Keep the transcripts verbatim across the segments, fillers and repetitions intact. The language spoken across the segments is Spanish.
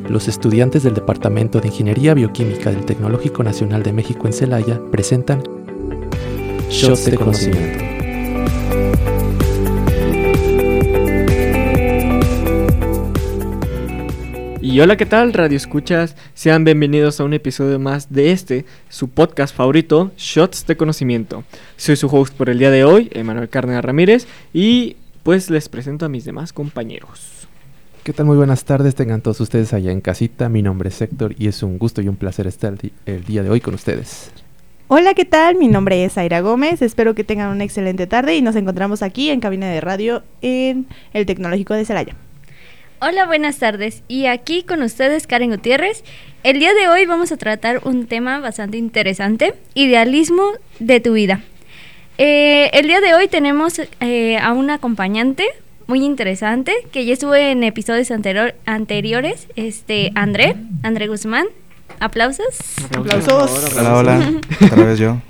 los estudiantes del Departamento de Ingeniería Bioquímica del Tecnológico Nacional de México en Celaya presentan Shots de Conocimiento. Y hola, ¿qué tal, Radio Escuchas? Sean bienvenidos a un episodio más de este, su podcast favorito, Shots de Conocimiento. Soy su host por el día de hoy, Emanuel Cárdenas Ramírez, y pues les presento a mis demás compañeros. ¿Qué tal? Muy buenas tardes, tengan todos ustedes allá en casita. Mi nombre es Héctor y es un gusto y un placer estar el, el día de hoy con ustedes. Hola, ¿qué tal? Mi nombre es Aira Gómez, espero que tengan una excelente tarde y nos encontramos aquí en cabina de radio en el Tecnológico de Celaya. Hola, buenas tardes, y aquí con ustedes Karen Gutiérrez. El día de hoy vamos a tratar un tema bastante interesante, idealismo de tu vida. Eh, el día de hoy tenemos eh, a un acompañante muy interesante, que ya estuvo en episodios anterior, anteriores, este, André, André Guzmán. ¿Aplausos? Aplausos. Hola, hola, otra vez yo.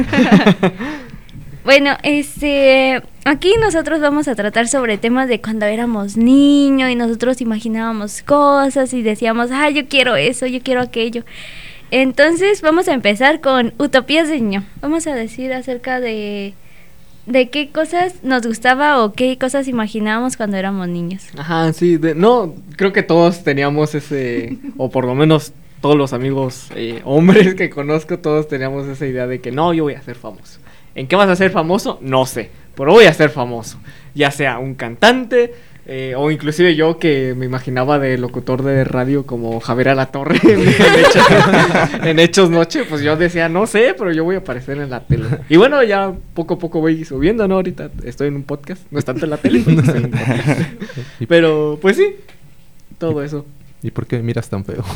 Bueno, este, aquí nosotros vamos a tratar sobre temas de cuando éramos niños y nosotros imaginábamos cosas y decíamos, ah, yo quiero eso, yo quiero aquello. Entonces vamos a empezar con utopías de niño. Vamos a decir acerca de, de qué cosas nos gustaba o qué cosas imaginábamos cuando éramos niños. Ajá, sí, de, no, creo que todos teníamos ese, o por lo menos todos los amigos eh, hombres que conozco, todos teníamos esa idea de que no, yo voy a ser famoso. ¿En qué vas a ser famoso? No sé, pero voy a ser famoso. Ya sea un cantante, eh, o inclusive yo que me imaginaba de locutor de radio como Javier Alatorre en, en, hechos, en Hechos Noche, pues yo decía, no sé, pero yo voy a aparecer en la tele. Y bueno, ya poco a poco voy subiendo, ¿no? Ahorita estoy en un podcast, no es tanto en la tele, pero estoy en un podcast. Pero, pues sí, todo eso. ¿Y por qué me miras tan feo?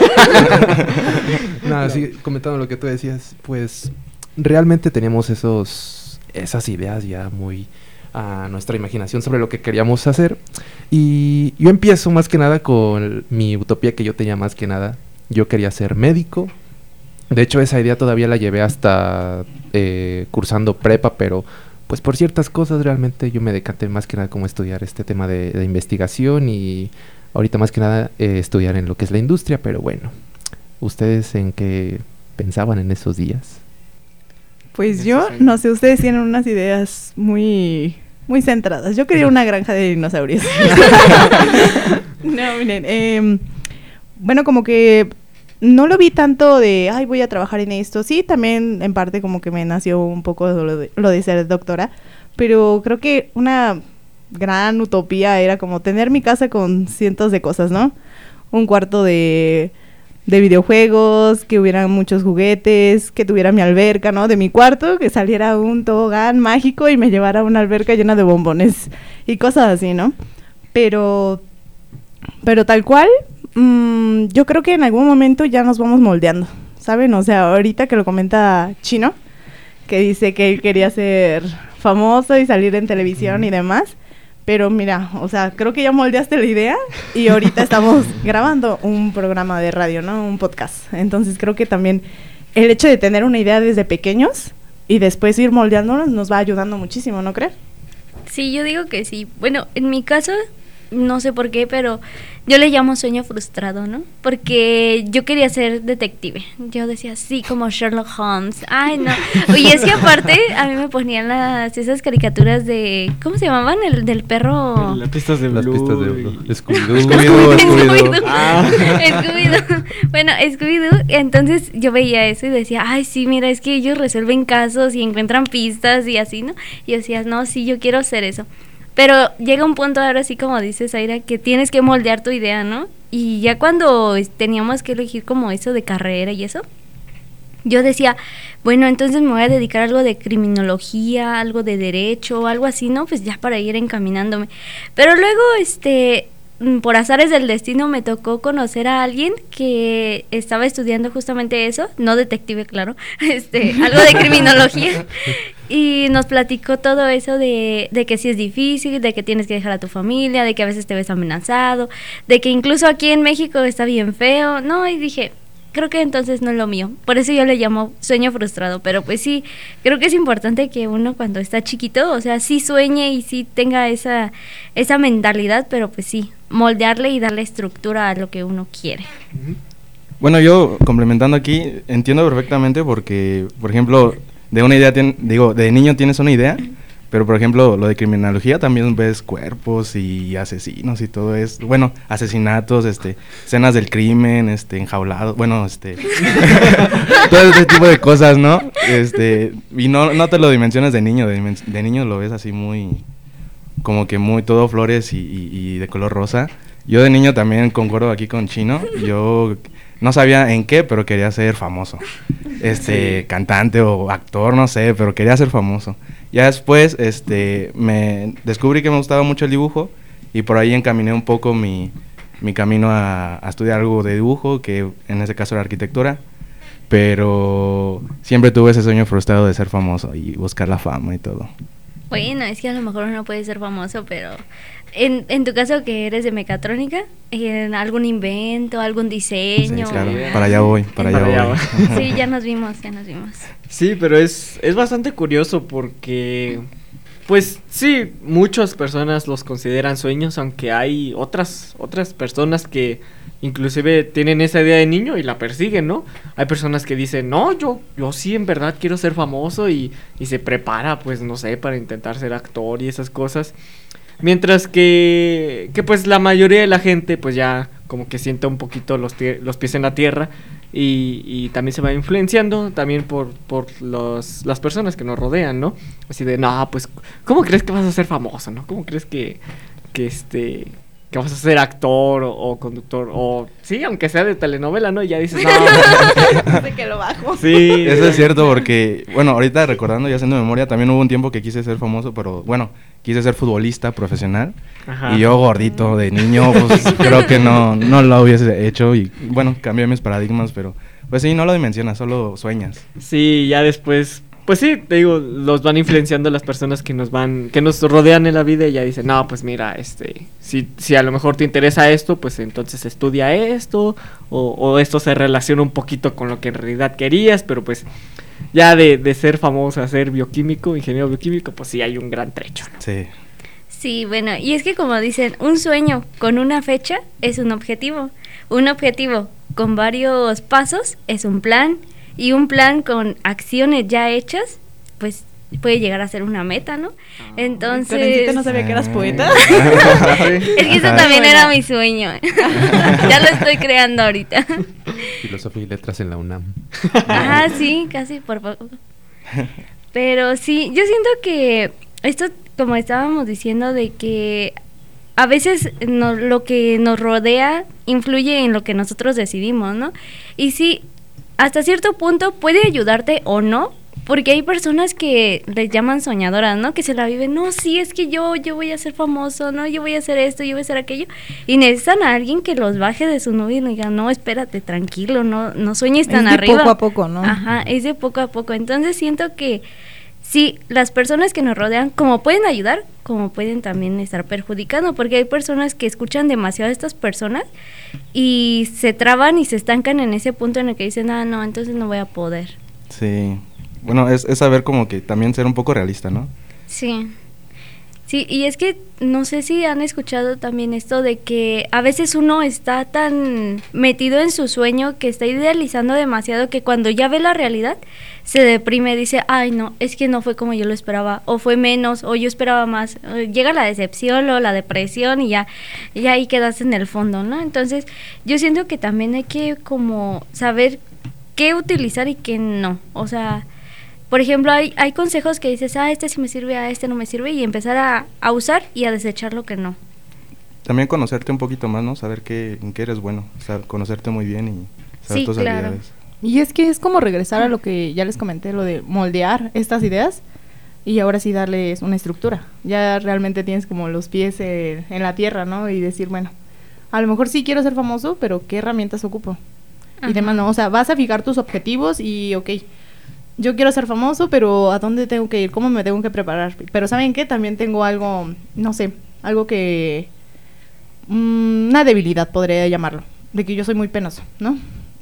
Nada, sí, comentando lo que tú decías, pues realmente teníamos esos, esas ideas ya muy a nuestra imaginación sobre lo que queríamos hacer. Y yo empiezo más que nada con mi utopía que yo tenía más que nada. Yo quería ser médico. De hecho, esa idea todavía la llevé hasta eh, cursando prepa, pero pues por ciertas cosas realmente yo me decanté más que nada como estudiar este tema de, de investigación y ahorita más que nada eh, estudiar en lo que es la industria. Pero bueno, ¿ustedes en qué pensaban en esos días? Pues yo, no sé, ustedes tienen unas ideas muy, muy centradas. Yo quería una granja de dinosaurios. No, miren, eh, bueno, como que no lo vi tanto de, ay, voy a trabajar en esto. Sí, también en parte como que me nació un poco lo de, lo de ser doctora, pero creo que una gran utopía era como tener mi casa con cientos de cosas, ¿no? Un cuarto de... de videojuegos, que hubiera muchos juguetes, que tuviera mi alberca, ¿no? De mi cuarto, que saliera un tobogán mágico y me llevara a una alberca llena de bombones y cosas así, ¿no? Pero, pero tal cual, mmm, yo creo que en algún momento ya nos vamos moldeando, ¿saben? O sea, ahorita que lo comenta Chino, que dice que él quería ser famoso y salir en televisión y demás. Pero mira, o sea, creo que ya moldeaste la idea y ahorita estamos grabando un programa de radio, ¿no? Un podcast. Entonces creo que también el hecho de tener una idea desde pequeños y después ir moldeándonos nos va ayudando muchísimo, ¿no crees? Sí, yo digo que sí. Bueno, en mi caso, no sé por qué, pero yo le llamo sueño frustrado, ¿no? Porque yo quería ser detective. Yo decía, sí, como Sherlock Holmes. Ay, no. Oye, es que aparte a mí me ponían las esas caricaturas de... ¿Cómo se llamaban? El del perro... Las pistas de Las Blue. pistas de Blue. Y... Scooby-Doo. Scooby-Doo, Scooby-Doo. Ah. Scooby-Doo. Bueno, Scooby-Doo. Entonces yo veía eso y decía, ay, sí, mira, es que ellos resuelven casos y encuentran pistas y así, ¿no? Y yo decía, no, sí, yo quiero hacer eso. Pero llega un punto ahora sí, como dices, Aira, que tienes que moldear tu idea, ¿no? Y ya cuando teníamos que elegir como eso de carrera y eso, yo decía, bueno, entonces me voy a dedicar a algo de criminología, algo de derecho, algo así, ¿no? Pues ya para ir encaminándome. Pero luego, este, por azares del destino me tocó conocer a alguien que estaba estudiando justamente eso, no detective, claro, este, algo de criminología. Y nos platicó todo eso de, de que sí es difícil, de que tienes que dejar a tu familia, de que a veces te ves amenazado, de que incluso aquí en México está bien feo, ¿no? Y dije, creo que entonces no es lo mío. Por eso yo le llamo sueño frustrado, pero pues sí, creo que es importante que uno cuando está chiquito, o sea, sí sueñe y sí tenga esa, esa mentalidad, pero pues sí, moldearle y darle estructura a lo que uno quiere. Bueno, yo complementando aquí, entiendo perfectamente porque, por ejemplo, de una idea, tien, digo, de niño tienes una idea, pero por ejemplo, lo de criminología también ves cuerpos y asesinos y todo eso, bueno, asesinatos, este, escenas del crimen, este, enjaulados, bueno, este, todo ese tipo de cosas, ¿no? Este, y no, no te lo dimensionas de niño, de, de niño lo ves así muy, como que muy todo flores y, y, y de color rosa. Yo de niño también concuerdo aquí con Chino, yo no sabía en qué, pero quería ser famoso, este, sí. cantante o actor, no sé, pero quería ser famoso. Ya después, este, me descubrí que me gustaba mucho el dibujo y por ahí encaminé un poco mi, mi camino a, a estudiar algo de dibujo, que en ese caso era arquitectura, pero siempre tuve ese sueño frustrado de ser famoso y buscar la fama y todo. Bueno, es que a lo mejor uno puede ser famoso, pero en, en tu caso que eres de mecatrónica, en algún invento, algún diseño. Sí, claro, para allá voy, para allá Para voy. allá Sí, ya nos vimos, ya nos vimos. Sí, pero es, es bastante curioso porque, pues sí, muchas personas los consideran sueños, aunque hay otras, otras personas que inclusive tienen esa idea de niño y la persiguen, ¿no? Hay personas que dicen, no, yo, yo sí en verdad quiero ser famoso y, y se prepara, pues no sé, para intentar ser actor y esas cosas. Mientras que, que pues la mayoría de la gente pues ya como que sienta un poquito los, tie- los pies en la tierra y, y también se va influenciando también por, por los, las personas que nos rodean, ¿no? Así de, no, pues, ¿cómo crees que vas a ser famoso, no? ¿Cómo crees que, que este... que vas a ser actor o, o conductor o sí, aunque sea de telenovela, ¿no? Y ya dices, no. No sé que lo bajo. Sí. Eso es cierto porque, bueno, ahorita recordando y haciendo memoria, también hubo un tiempo que quise ser famoso, pero bueno, quise ser futbolista profesional. Ajá. Y yo gordito de niño, pues creo que no, no lo hubiese hecho y bueno, cambié mis paradigmas, pero pues sí, no lo dimensionas, solo sueñas. Sí, ya después... Pues sí, te digo, los van influenciando las personas que nos van, que nos rodean en la vida y ya dicen, no, pues mira, este, si, si a lo mejor te interesa esto, pues entonces estudia esto, o, o esto se relaciona un poquito con lo que en realidad querías, pero pues ya de, de ser famoso a ser bioquímico, ingeniero bioquímico, pues sí hay un gran trecho, ¿no? Sí. Sí, bueno, y es que como dicen, un sueño con una fecha es un objetivo, un objetivo con varios pasos es un plan, y un plan con acciones ya hechas, pues puede llegar a ser una meta, ¿no? Entonces... Karencita, no sabía que eras poeta. Es que eso también era mi sueño. Ya lo estoy creando ahorita. Filosofía y letras en la UNAM. Ah, sí, casi por poco. Pero sí, yo siento que esto, como estábamos diciendo, de que a veces no, lo que nos rodea influye en lo que nosotros decidimos, ¿no? Y sí, hasta cierto punto puede ayudarte o no, porque hay personas que les llaman soñadoras, ¿no? Que se la viven, no, sí, es que yo, yo voy a ser famoso, no, yo voy a hacer esto, yo voy a hacer aquello, y necesitan a alguien que los baje de su nube y le diga, no, espérate, tranquilo, no, no sueñes tan es de arriba. poco a poco, ¿no? Ajá, es de poco a poco. Entonces siento que sí, las personas que nos rodean, como pueden ayudar, como pueden también estar perjudicando, porque hay personas que escuchan demasiado a estas personas y se traban y se estancan en ese punto en el que dicen, ah, no, entonces no voy a poder. Sí, bueno, es, es saber como que también ser un poco realista, ¿no? Sí. Sí, y es que no sé si han escuchado también esto de que a veces uno está tan metido en su sueño que está idealizando demasiado que cuando ya ve la realidad se deprime, dice, ay no, es que no fue como yo lo esperaba, o fue menos, o yo esperaba más. Llega la decepción o la depresión y ya, ya ahí quedas en el fondo, ¿no? Entonces yo siento que también hay que como saber qué utilizar y qué no, o sea... Por ejemplo, hay, hay consejos que dices, ah, este sí me sirve, ah, este no me sirve, y empezar a, a usar y a desechar lo que no. También conocerte un poquito más, ¿no? Saber qué, en qué eres bueno, o sea, conocerte muy bien y saber Sí, tus claro. habilidades. Y es que es como regresar a lo que ya les comenté, lo de moldear estas ideas y ahora sí darles una estructura. Ya realmente tienes como los pies eh, en la tierra, ¿no? Y decir, bueno, a lo mejor sí quiero ser famoso, pero ¿qué herramientas ocupo? Ajá. Y demás, ¿no? O sea, vas a fijar tus objetivos y, ok, yo quiero ser famoso, pero ¿a dónde tengo que ir? ¿Cómo me tengo que preparar? Pero ¿saben qué? También tengo algo, no sé, algo que... Mmm, una debilidad podría llamarlo, de que yo soy muy penoso, ¿no?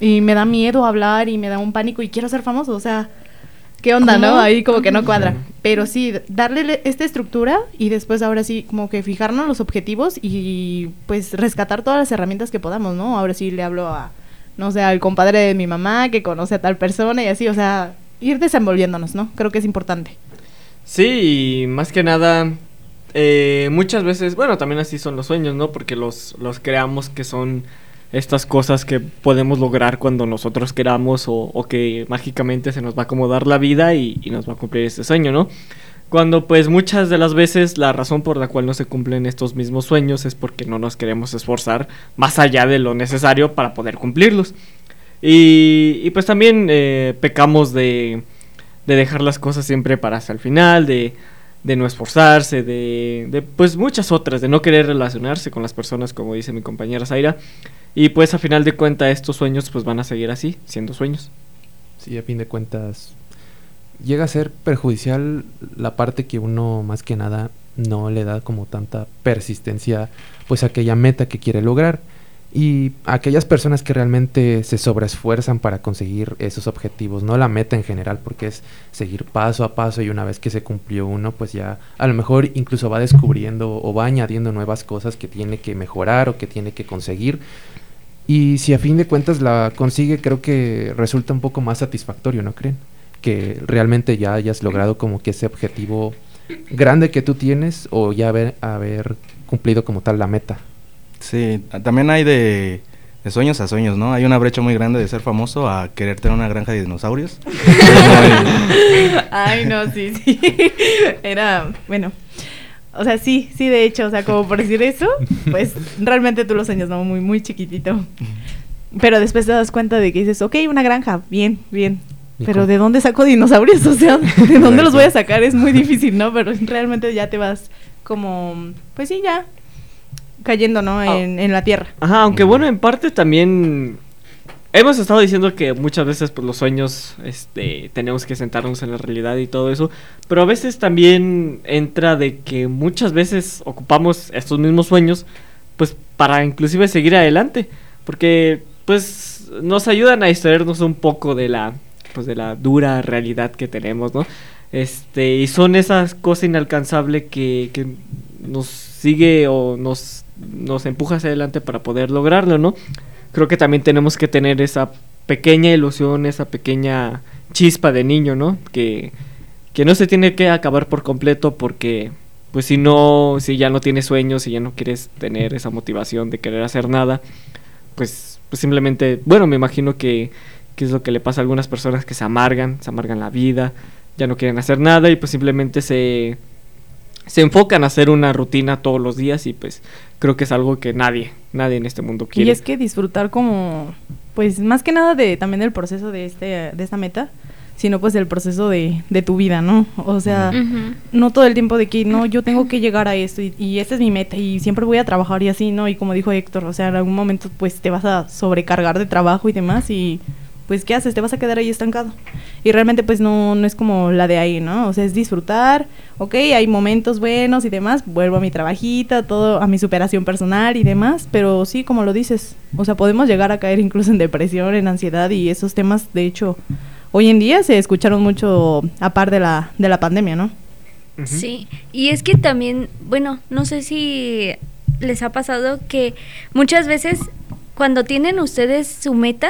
y me da miedo hablar y me da un pánico y quiero ser famoso, o sea, ¿qué onda, ¿Cómo? no? Ahí como que no cuadra. Pero sí, darle esta estructura y después ahora sí como que fijarnos los objetivos y pues rescatar todas las herramientas que podamos, ¿no? Ahora sí le hablo a, no sé, al compadre de mi mamá que conoce a tal persona y así, o sea, ir desenvolviéndonos, ¿no? Creo que es importante. Sí, y más que nada, eh, muchas veces, bueno, también así son los sueños, ¿no? Porque los, los creamos que son estas cosas que podemos lograr cuando nosotros queramos o, o que mágicamente se nos va a acomodar la vida y, y nos va a cumplir este sueño, ¿no? Cuando pues muchas de las veces la razón por la cual no se cumplen estos mismos sueños es porque no nos queremos esforzar más allá de lo necesario para poder cumplirlos. Y, y pues también eh, pecamos de, de dejar las cosas siempre para hasta el final, de... de no esforzarse, de, de pues muchas otras, de no querer relacionarse con las personas, como dice mi compañera Zaira, y pues a final de cuentas estos sueños pues van a seguir así, siendo sueños. Sí, a fin de cuentas llega a ser perjudicial la parte que uno más que nada no le da como tanta persistencia pues a aquella meta que quiere lograr. Y aquellas personas que realmente se sobreesfuerzan para conseguir esos objetivos, no la meta en general, porque es seguir paso a paso y una vez que se cumplió uno, pues ya a lo mejor incluso va descubriendo o va añadiendo nuevas cosas que tiene que mejorar o que tiene que conseguir. Y si a fin de cuentas la consigue, creo que resulta un poco más satisfactorio, ¿no creen? Que realmente ya hayas logrado como que ese objetivo grande que tú tienes o ya haber, haber cumplido como tal la meta. Sí, también hay de, de sueños a sueños, ¿no? Hay una brecha muy grande de ser famoso a querer tener una granja de dinosaurios. Ay, no, sí, sí. Era, bueno, o sea, sí, sí, de hecho, o sea, como por decir eso, pues realmente tú lo sueñas, ¿no? Muy, muy chiquitito. Pero después te das cuenta de que dices, ok, una granja, bien, bien. Pero cómo? ¿De dónde saco dinosaurios? O sea, ¿de dónde los voy a sacar? Es muy difícil, ¿no? Pero realmente ya te vas como, pues sí, ya cayendo, ¿no? En, en la tierra. Ajá, aunque bueno, en parte también hemos estado diciendo que muchas veces pues los sueños, este, tenemos que sentarnos en la realidad y todo eso, pero a veces también entra de que muchas veces ocupamos estos mismos sueños, pues para inclusive seguir adelante, porque pues nos ayudan a distraernos un poco de la, pues de la dura realidad que tenemos, ¿no? Este, y son esas cosas inalcanzables que, que nos sigue o nos nos empuja hacia adelante para poder lograrlo, ¿no? Creo que también tenemos que tener esa pequeña ilusión, esa pequeña chispa de niño, ¿no? Que, que no se tiene que acabar por completo porque, pues si no, si ya no tienes sueños, si ya no quieres tener esa motivación de querer hacer nada, pues, pues simplemente, bueno, me imagino que, que es lo que le pasa a algunas personas que se amargan, se amargan la vida, ya no quieren hacer nada y pues simplemente se... se enfocan a hacer una rutina todos los días y pues creo que es algo que nadie, nadie en este mundo quiere. Y es que disfrutar como, pues más que nada de también del proceso de este, de esta meta, sino pues del proceso de, de tu vida, ¿no? O sea, uh-huh. no todo el tiempo de que, no, yo tengo que llegar a esto y, y esta es mi meta y siempre voy a trabajar y así, ¿no? Y como dijo Héctor, o sea, en algún momento pues te vas a sobrecargar de trabajo y demás y... pues ¿qué haces? Te vas a quedar ahí estancado. Y realmente pues no, no es como la de ahí, ¿no? O sea, es disfrutar, ok, hay momentos buenos y demás, vuelvo a mi trabajita, todo, a mi superación personal y demás, pero sí, como lo dices, o sea, podemos llegar a caer incluso en depresión, en ansiedad y esos temas, de hecho, hoy en día se escucharon mucho a par de la, de la pandemia, ¿no? Uh-huh. Sí, y es que también, bueno, no sé si les ha pasado que muchas veces cuando tienen ustedes su meta,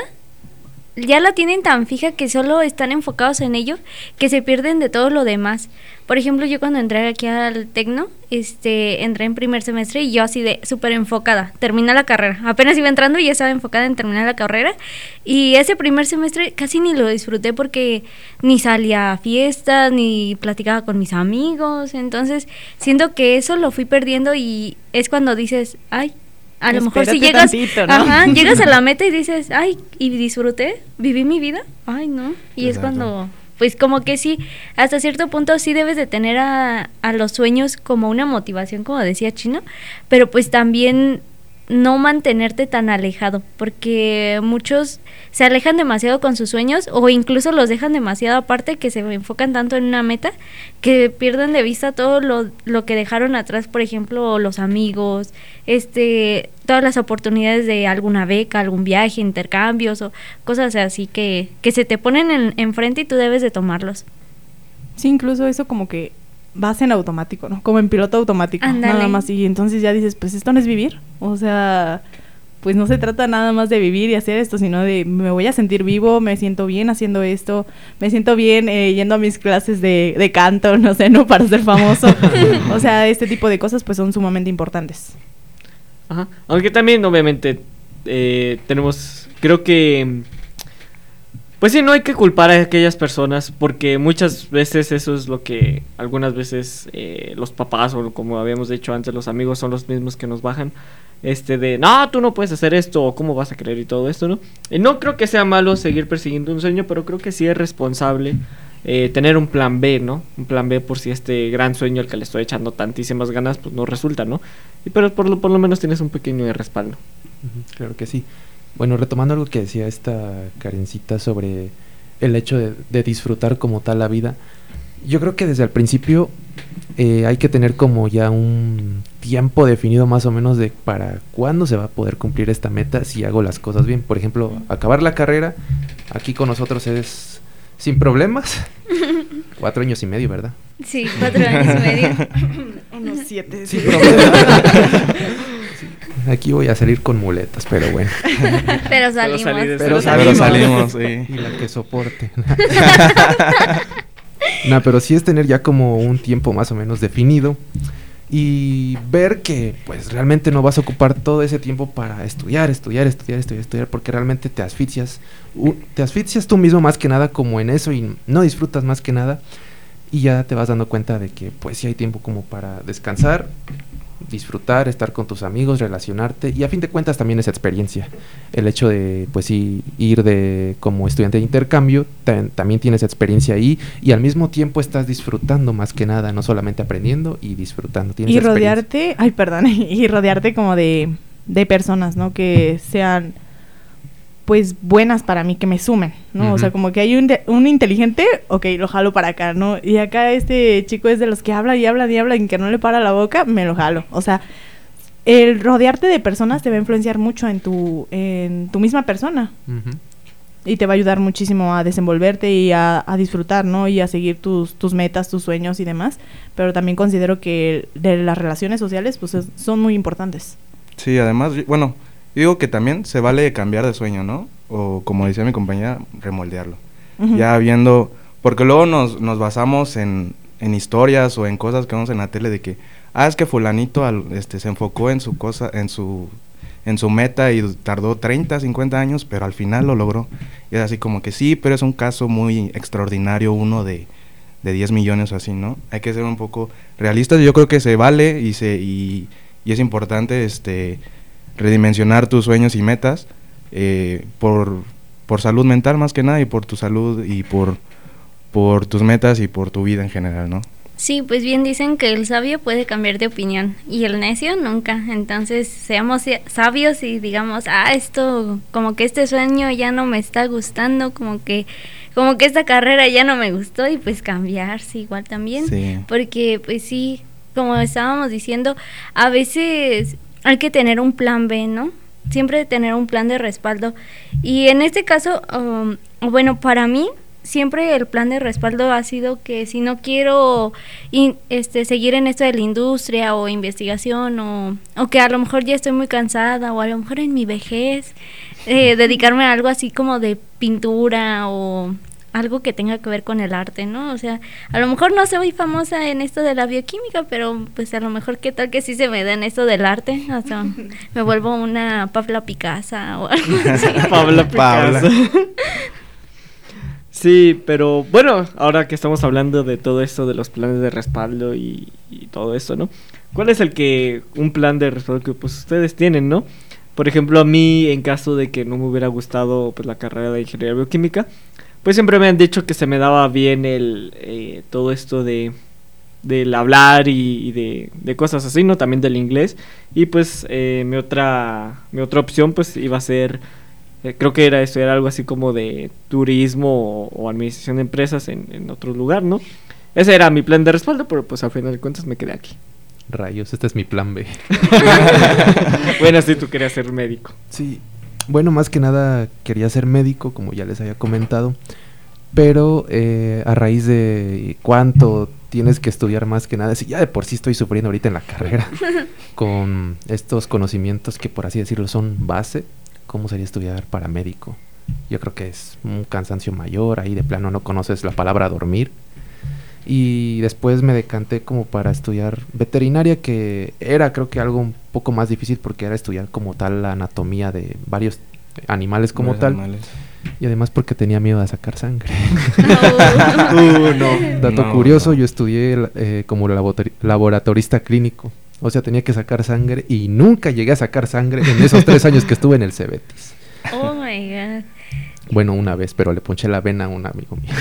ya la tienen tan fija que solo están enfocados en ello que se pierden de todo lo demás. Por ejemplo, yo cuando entré aquí al Tecno, este, entré en primer semestre y yo así de súper enfocada, terminé la carrera. Apenas iba entrando y ya estaba enfocada en terminar la carrera. Y ese primer semestre casi ni lo disfruté porque ni salía a fiestas, ni platicaba con mis amigos. Entonces, siento que eso lo fui perdiendo y es cuando dices, ay, a lo mejor si llegas, tantito, ¿no? Ajá, llegas a la meta y dices, ay, y disfruté, viví mi vida, ay, no, y Exacto. es cuando, pues como que sí, hasta cierto punto sí debes de tener a, a los sueños como una motivación, como decía Chino, pero pues también no mantenerte tan alejado, porque muchos se alejan demasiado con sus sueños o incluso los dejan demasiado aparte, que se enfocan tanto en una meta que pierden de vista todo lo, lo que dejaron atrás, por ejemplo, los amigos, este, todas las oportunidades de alguna beca, algún viaje, intercambios o cosas así que, que se te ponen en, enfrente y tú debes de tomarlos. Sí, incluso eso como que vas en automático, ¿no? Como en piloto automático, Ándale. nada más. Y entonces ya dices, pues esto no es vivir. O sea, pues no se trata nada más de vivir y hacer esto, sino de me voy a sentir vivo, me siento bien haciendo esto, me siento bien eh, yendo a mis clases de, de canto, no sé, ¿no? Para ser famoso. O sea, este tipo de cosas pues son sumamente importantes. Ajá. Aunque también, obviamente, eh, tenemos, creo que... Pues sí, no hay que culpar a aquellas personas porque muchas veces eso es lo que algunas veces eh, los papás o como habíamos dicho antes los amigos son los mismos que nos bajan este de no, tú no puedes hacer esto o cómo vas a creer y todo esto, ¿no? Y no creo que sea malo seguir persiguiendo un sueño, pero creo que sí es responsable eh, tener un plan B, ¿no? Un plan B por si este gran sueño al que le estoy echando tantísimas ganas pues no resulta, ¿no? Y pero por lo, por lo menos tienes un pequeño de respaldo. Uh-huh, claro que sí. Bueno, retomando algo que decía esta Karencita sobre el hecho de, de disfrutar como tal la vida, yo creo que desde el principio eh, hay que tener como ya un tiempo definido más o menos de para cuándo se va a poder cumplir esta meta si hago las cosas bien. Por ejemplo, acabar la carrera aquí con nosotros es sin problemas. Cuatro años y medio, ¿verdad? Sí, cuatro años y medio. Unos siete. Sin problemas. Aquí voy a salir con muletas, pero bueno. Pero salimos. Pero, Pero Pero salimos. salimos, sí. Y la que soporte. No, pero sí es tener ya como un tiempo más o menos definido y ver que pues realmente no vas a ocupar todo ese tiempo para estudiar, estudiar, estudiar, estudiar, estudiar, porque realmente te asfixias, uh, te asfixias tú mismo más que nada como en eso y no disfrutas más que nada y ya te vas dando cuenta de que pues sí hay tiempo como para descansar, disfrutar, estar con tus amigos, relacionarte y a fin de cuentas también esa experiencia, el hecho de pues sí ir de como estudiante de intercambio, tam- también tienes experiencia ahí y al mismo tiempo estás disfrutando más que nada, no solamente aprendiendo y disfrutando. Tienes Y experiencia. rodearte, ay, perdón, y rodearte como de, de personas, ¿no? Que sean, pues, buenas para mí, que me sumen, ¿no? Ujú. O sea, como que hay un, de- un inteligente, ok, lo jalo para acá, ¿no? Y acá este chico es de los que habla y habla y habla y que no le para la boca, me lo jalo. O sea, el rodearte de personas te va a influenciar mucho en tu, en tu misma persona. Ujú. Y te va a ayudar muchísimo a desenvolverte y a, a disfrutar, ¿no? Y a seguir tus, tus metas, tus sueños y demás. Pero también considero que de las relaciones sociales, pues es- son muy importantes. Sí, además, yo- bueno, yo digo que también se vale cambiar de sueño, ¿no? O como decía mi compañera, remoldearlo. Ujú. Ya viendo, porque luego nos, nos basamos en, en historias o en cosas que vemos en la tele de que, ah, es que fulanito al, este, se enfocó en su cosa, en su, en su meta y tardó treinta, cincuenta años, pero al final lo logró. Y es así como que sí, pero es un caso muy extraordinario, uno de, de diez millones o así, ¿no? Hay que ser un poco realistas. Yo creo que se vale y, se, y, y es importante este, redimensionar tus sueños y metas eh, por, por salud mental más que nada y por tu salud y por, por tus metas y por tu vida en general, ¿no? Sí, pues bien dicen que el sabio puede cambiar de opinión y el necio nunca. Entonces, seamos si- sabios y digamos, ah, esto, como que este sueño ya no me está gustando, como que, como que esta carrera ya no me gustó y pues cambiarse igual también. Sí. Porque pues sí, como estábamos diciendo, a veces hay que tener un plan B, ¿no? Siempre tener un plan de respaldo. Y en este caso, um, bueno, para mí siempre el plan de respaldo ha sido que si no quiero in- este seguir en esto de la industria o investigación o, o que a lo mejor ya estoy muy cansada o a lo mejor en mi vejez eh, dedicarme a algo así como de pintura o algo que tenga que ver con el arte, ¿no? O sea, a lo mejor no soy famosa en esto de la bioquímica, pero pues a lo mejor qué tal que sí se me da en esto del arte, o sea, me vuelvo una Pablo Picasso o algo así. Pablo Paula. Picasso. Sí, pero bueno, ahora que estamos hablando de todo esto de los planes de respaldo y, y todo esto, ¿no? ¿Cuál es el que un plan de respaldo que pues ustedes tienen, ¿no? Por ejemplo, a mí en caso de que no me hubiera gustado pues la carrera de ingeniería bioquímica, pues siempre me han dicho que se me daba bien el eh, todo esto de del hablar y, y de, de cosas así, ¿no? También del inglés. Y pues eh, mi otra mi otra opción pues iba a ser, eh, creo que era estudiar algo así como de turismo o, o administración de empresas en, en otro lugar, ¿no? Ese era mi plan de respaldo, pero pues al final de cuentas me quedé aquí. Rayos, este es mi plan B. Bueno, sí, tú querías ser médico. Sí, bueno, más que nada quería ser médico, como ya les había comentado, pero eh, a raíz de cuánto tienes que estudiar más que nada, si ya de por sí estoy sufriendo ahorita en la carrera con estos conocimientos que por así decirlo son base, ¿cómo sería estudiar para médico? Yo creo que es un cansancio mayor, ahí de plano no conoces la palabra dormir. Y después me decanté como para estudiar veterinaria, que era creo que algo un poco más difícil porque era estudiar como tal la anatomía de varios animales como Varios tal. animales. Y además porque tenía miedo a sacar sangre. Uh, no. Dato No, curioso, no. yo estudié eh, como laboratori- laboratorista clínico. O sea, tenía que sacar sangre y nunca llegué a sacar sangre en esos tres años que estuve en el Cebetis. Oh my god. Bueno, una vez, pero le ponché la vena a un amigo mío.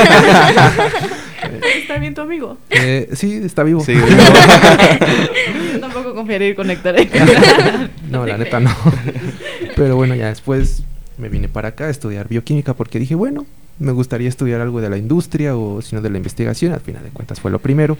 ¿Está bien tu amigo? Eh, sí, está vivo. Sí, Yo tampoco confiaría en conectar. No, la neta no. Pero bueno, ya después me vine para acá a estudiar bioquímica porque dije, bueno, me gustaría estudiar algo de la industria o si no de la investigación. Al final de cuentas fue lo primero.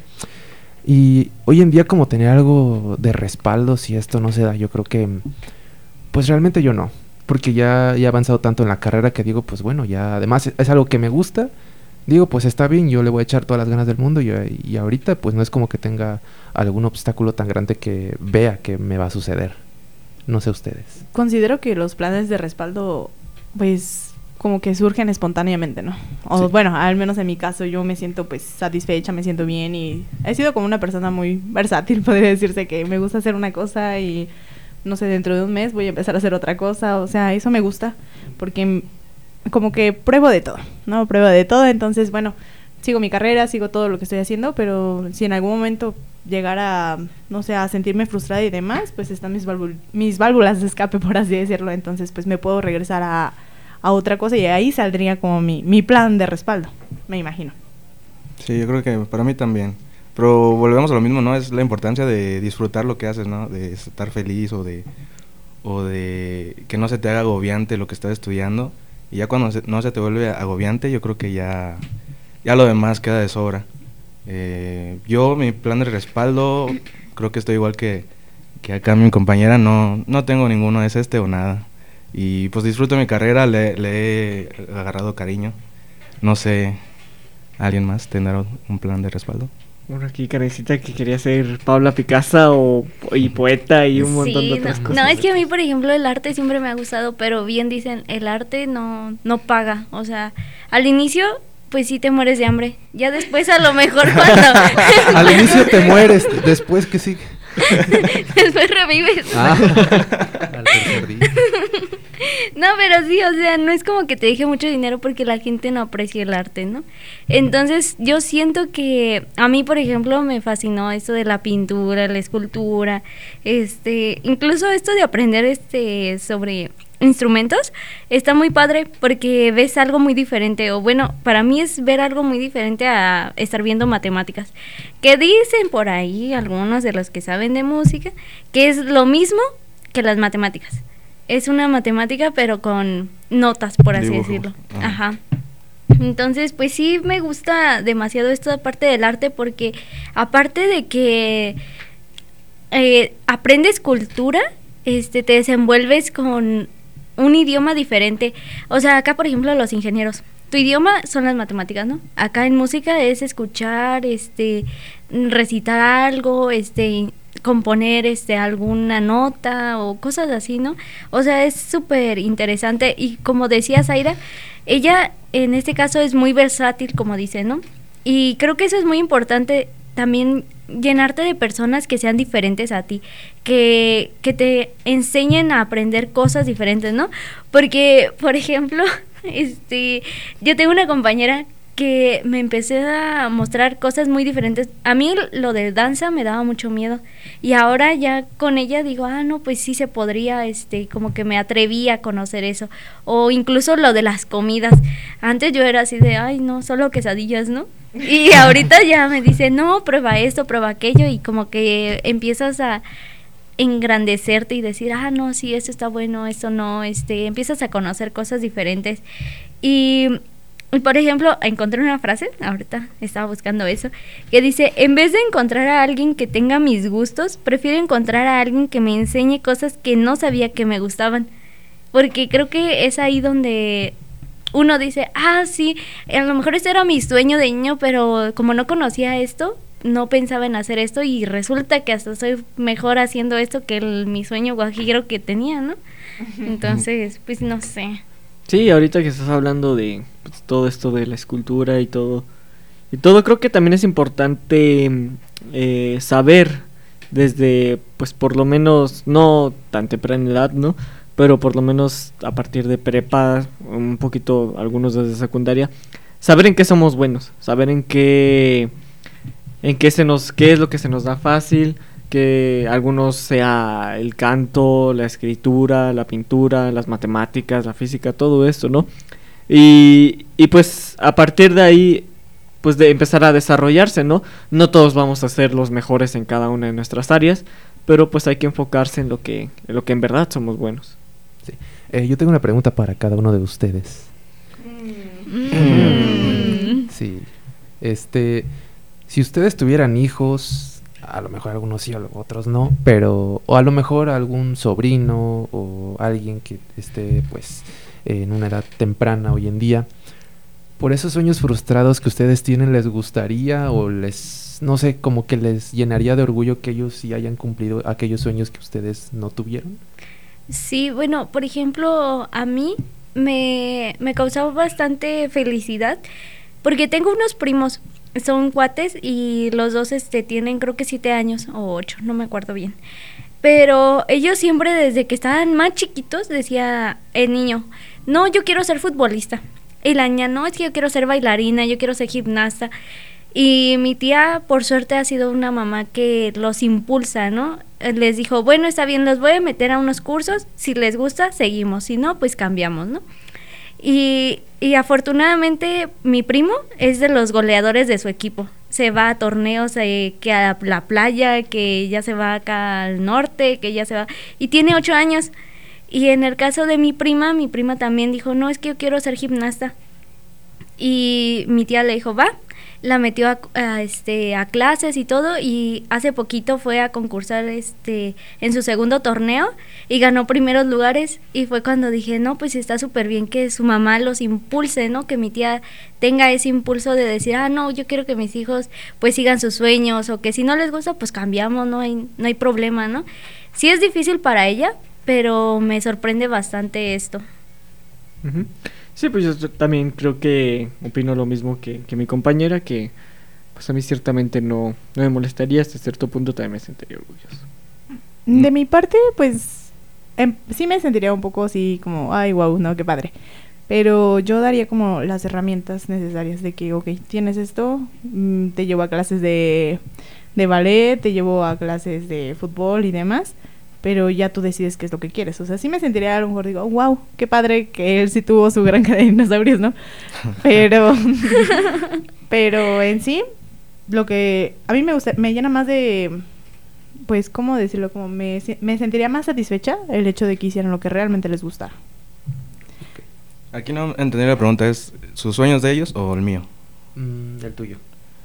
Y hoy en día como tener algo de respaldo, si esto no se da, yo creo que pues realmente yo no. Porque ya, ya he avanzado tanto en la carrera que digo, pues bueno, ya además es algo que me gusta. Digo, pues está bien, yo le voy a echar todas las ganas del mundo y, y ahorita pues no es como que tenga algún obstáculo tan grande que vea que me va a suceder. No sé ustedes. Considero que los planes de respaldo, pues, como que surgen espontáneamente, ¿no? O Sí. bueno, al menos en mi caso yo me siento pues satisfecha, me siento bien y he sido como una persona muy versátil, podría decirse que me gusta hacer una cosa y no sé, dentro de un mes voy a empezar a hacer otra cosa, o sea, eso me gusta porque como que pruebo de todo, ¿no? Pruebo de todo, entonces, bueno, sigo mi carrera, sigo todo lo que estoy haciendo, pero si en algún momento llegara a, no sé, a sentirme frustrada y demás, pues están mis, válvul- mis válvulas de escape, por así decirlo, entonces pues me puedo regresar a, a otra cosa y ahí saldría como mi, mi plan de respaldo, me imagino. Sí, yo creo que para mí también. Pero volvemos a lo mismo, ¿no? Es la importancia de disfrutar lo que haces, ¿no? De estar feliz o de, o de que no se te haga agobiante lo que estás estudiando. Y ya cuando se, no se te vuelve agobiante, yo creo que ya, ya lo demás queda de sobra. Eh, yo, mi plan de respaldo, creo que estoy igual que, que acá mi compañera, no, no tengo ninguno, es este o nada. Y pues disfruto mi carrera, le, le he agarrado cariño. No sé, ¿alguien más tendrá un plan de respaldo? Bueno, aquí Karencita que quería ser Paula Picasso o, y poeta y un montón Sí, de otras no, cosas. no, es que a mí, por ejemplo, el arte siempre me ha gustado, pero bien dicen, el arte no, no paga. O sea, al inicio, pues sí te mueres de hambre. Ya después, a lo mejor, cuando... Al inicio te mueres, después que sigue. después revives. Ah, al tercer día. No, pero sí, o sea, no es como que te deje mucho dinero porque la gente no aprecia el arte, ¿no? Entonces, yo siento que a mí, por ejemplo, me fascinó esto de la pintura, la escultura, este, incluso esto de aprender este sobre instrumentos, está muy padre porque ves algo muy diferente, o bueno, para mí es ver algo muy diferente a estar viendo matemáticas, que dicen por ahí algunos de los que saben de música, que es lo mismo que las matemáticas. Es una matemática pero con notas, por así Dibujos. decirlo. Ajá. Ajá. Entonces, pues sí me gusta demasiado esta parte del arte porque aparte de que eh, aprendes cultura, este, te desenvuelves con un idioma diferente. O sea, acá por ejemplo los ingenieros, tu idioma son las matemáticas, ¿no? Acá en música es escuchar, este, recitar algo, este, componer este alguna nota o cosas así, ¿no? O sea, es súper interesante y como decía Zaira, ella en este caso es muy versátil, como dice, ¿no? Y creo que eso es muy importante también, llenarte de personas que sean diferentes a ti, que, que te enseñen a aprender cosas diferentes, ¿no? Porque, por ejemplo, este, yo tengo una compañera que me empecé a mostrar cosas muy diferentes. A mí lo de danza me daba mucho miedo y ahora ya con ella digo, ah, no, pues sí se podría, este, como que me atreví a conocer eso. O incluso lo de las comidas. Antes yo era así de, ay, no, solo quesadillas, ¿no? Y ahorita ya me dice, no, prueba esto, prueba aquello, y como que empiezas a engrandecerte y decir, ah, no, sí, esto está bueno, esto no, este, empiezas a conocer cosas diferentes. Y por ejemplo, encontré una frase, ahorita estaba buscando eso, que dice, en vez de encontrar a alguien que tenga mis gustos, prefiero encontrar a alguien que me enseñe cosas que no sabía que me gustaban. Porque creo que es ahí donde uno dice, ah, sí, a lo mejor ese era mi sueño de niño, pero como no conocía esto, no pensaba en hacer esto y resulta que hasta soy mejor haciendo esto que el, mi sueño guajiro que tenía, ¿no? Entonces, pues no sé. Sí, ahorita que estás hablando de pues, todo esto de la escultura y todo, y todo, creo que también es importante eh, saber desde, pues por lo menos, no tan temprana edad, ¿no? Pero por lo menos a partir de prepa, un poquito, algunos desde secundaria, saber en qué somos buenos, saber en qué, en qué se nos, qué es lo que se nos da fácil, que algunos sea el canto, la escritura, la pintura, las matemáticas, la física, todo esto, ¿no? Y, y pues a partir de ahí, pues de empezar a desarrollarse, ¿no? No todos vamos a ser los mejores en cada una de nuestras áreas, pero pues hay que enfocarse en lo que, en lo que en verdad somos buenos. Sí. Eh, yo tengo una pregunta para cada uno de ustedes. Mm. Sí. Este, si ustedes tuvieran hijos, a lo mejor algunos sí, otros no, pero o a lo mejor algún sobrino o alguien que esté pues en una edad temprana hoy en día, por esos sueños frustrados que ustedes tienen, ¿les gustaría o les, no sé, como que les llenaría de orgullo que ellos sí hayan cumplido aquellos sueños que ustedes no tuvieron? Sí, bueno, por ejemplo, a mí me, me causaba bastante felicidad porque tengo unos primos, son cuates y los dos este tienen creo que siete años o ocho, no me acuerdo bien. Pero ellos siempre desde que estaban más chiquitos decía el niño, no, yo quiero ser futbolista. Y la niña, no, es que yo quiero ser bailarina, yo quiero ser gimnasta. Y mi tía, por suerte, ha sido una mamá que los impulsa, ¿no? Les dijo, bueno, está bien, los voy a meter a unos cursos, si les gusta, seguimos, si no, pues cambiamos, ¿no? Y, y afortunadamente mi primo es de los goleadores de su equipo. Se va a torneos, eh, que a la playa, que ya se va acá al norte, que ya se va... Y tiene ocho años. Y en el caso de mi prima, mi prima también dijo, no, es que yo quiero ser gimnasta. Y mi tía le dijo, va, la metió a, a, este, a clases y todo, y hace poquito fue a concursar este, en su segundo torneo y ganó primeros lugares, y fue cuando dije, no, pues está súper bien que su mamá los impulse, ¿no? Que mi tía tenga ese impulso de decir, ah, no, yo quiero que mis hijos pues sigan sus sueños, o que si no les gusta, pues cambiamos, no hay, no hay problema, ¿no? Sí es difícil para ella, pero me sorprende bastante esto. Uh-huh. Sí, pues yo también creo que opino lo mismo que, que mi compañera, que pues a mí ciertamente no, no me molestaría, hasta cierto punto también me sentiría orgulloso. De mi parte, pues em, sí me sentiría un poco así como, ay, wow, no, qué padre. Pero yo daría como las herramientas necesarias de que, ok, tienes esto, mmm, te llevo a clases de, de ballet, te llevo a clases de fútbol y demás, pero ya tú decides qué es lo que quieres. O sea, sí me sentiría a lo mejor, digo, wow, qué padre que él sí tuvo su granja de dinosaurios, ¿no? Pero, pero en sí, lo que a mí me gusta, me llena más de, pues, ¿cómo decirlo? Como me, me sentiría más satisfecha el hecho de que hicieran lo que realmente les gusta. Aquí no entendí la pregunta, ¿es sus sueños de ellos o el mío? Mm, el tuyo.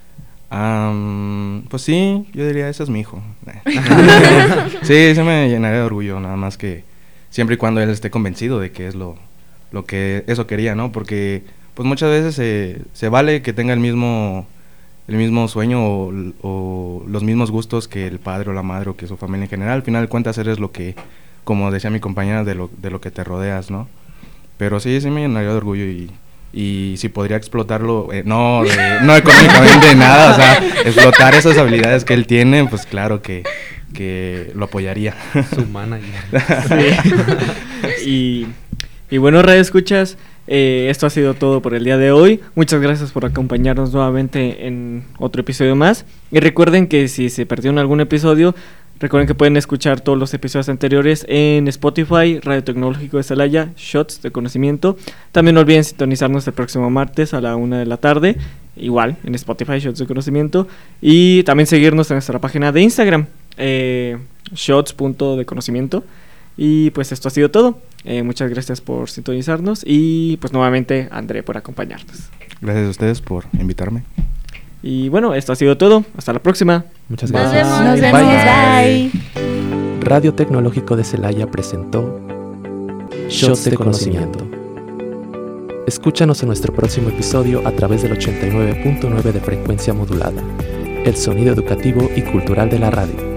Um, pues sí, yo diría, ese es mi hijo. Sí, se me llenaría de orgullo, nada más que siempre y cuando él esté convencido de que es lo, lo que eso quería, ¿no? Porque pues muchas veces se, se vale que tenga el mismo, el mismo sueño o, o los mismos gustos que el padre o la madre o que su familia en general. Al final de cuentas eres lo que, como decía mi compañera, de lo, de lo que te rodeas, ¿no? Pero sí, sí me llenaría de orgullo y... y si podría explotarlo, eh, no, de, no económicamente nada, o sea, explotar esas habilidades que él tiene, pues claro que, que lo apoyaría. Su manager. Sí. y, y bueno, Radio Escuchas, Eh, esto ha sido todo por el día de hoy. Muchas gracias por acompañarnos nuevamente en otro episodio más. Y recuerden que si se perdieron algún episodio, recuerden que pueden escuchar todos los episodios anteriores en Spotify, Radio Tecnológico de Celaya, Shots de Conocimiento. También no olviden sintonizarnos el próximo martes a la una de la tarde, igual en Spotify, Shots de Conocimiento. Y también seguirnos en nuestra página de Instagram, eh, shots punto de conocimiento. Y pues esto ha sido todo. Eh, muchas gracias por sintonizarnos y pues nuevamente André por acompañarnos. Gracias a ustedes por invitarme. Y bueno, esto ha sido todo. Hasta la próxima. Muchas Nos gracias. vemos. Nos vemos. Bye. Bye. Radio Tecnológico de Celaya presentó Shots de Conocimiento. Escúchanos en nuestro próximo episodio a través del ochenta y nueve punto nueve de frecuencia modulada, el sonido educativo y cultural de la radio.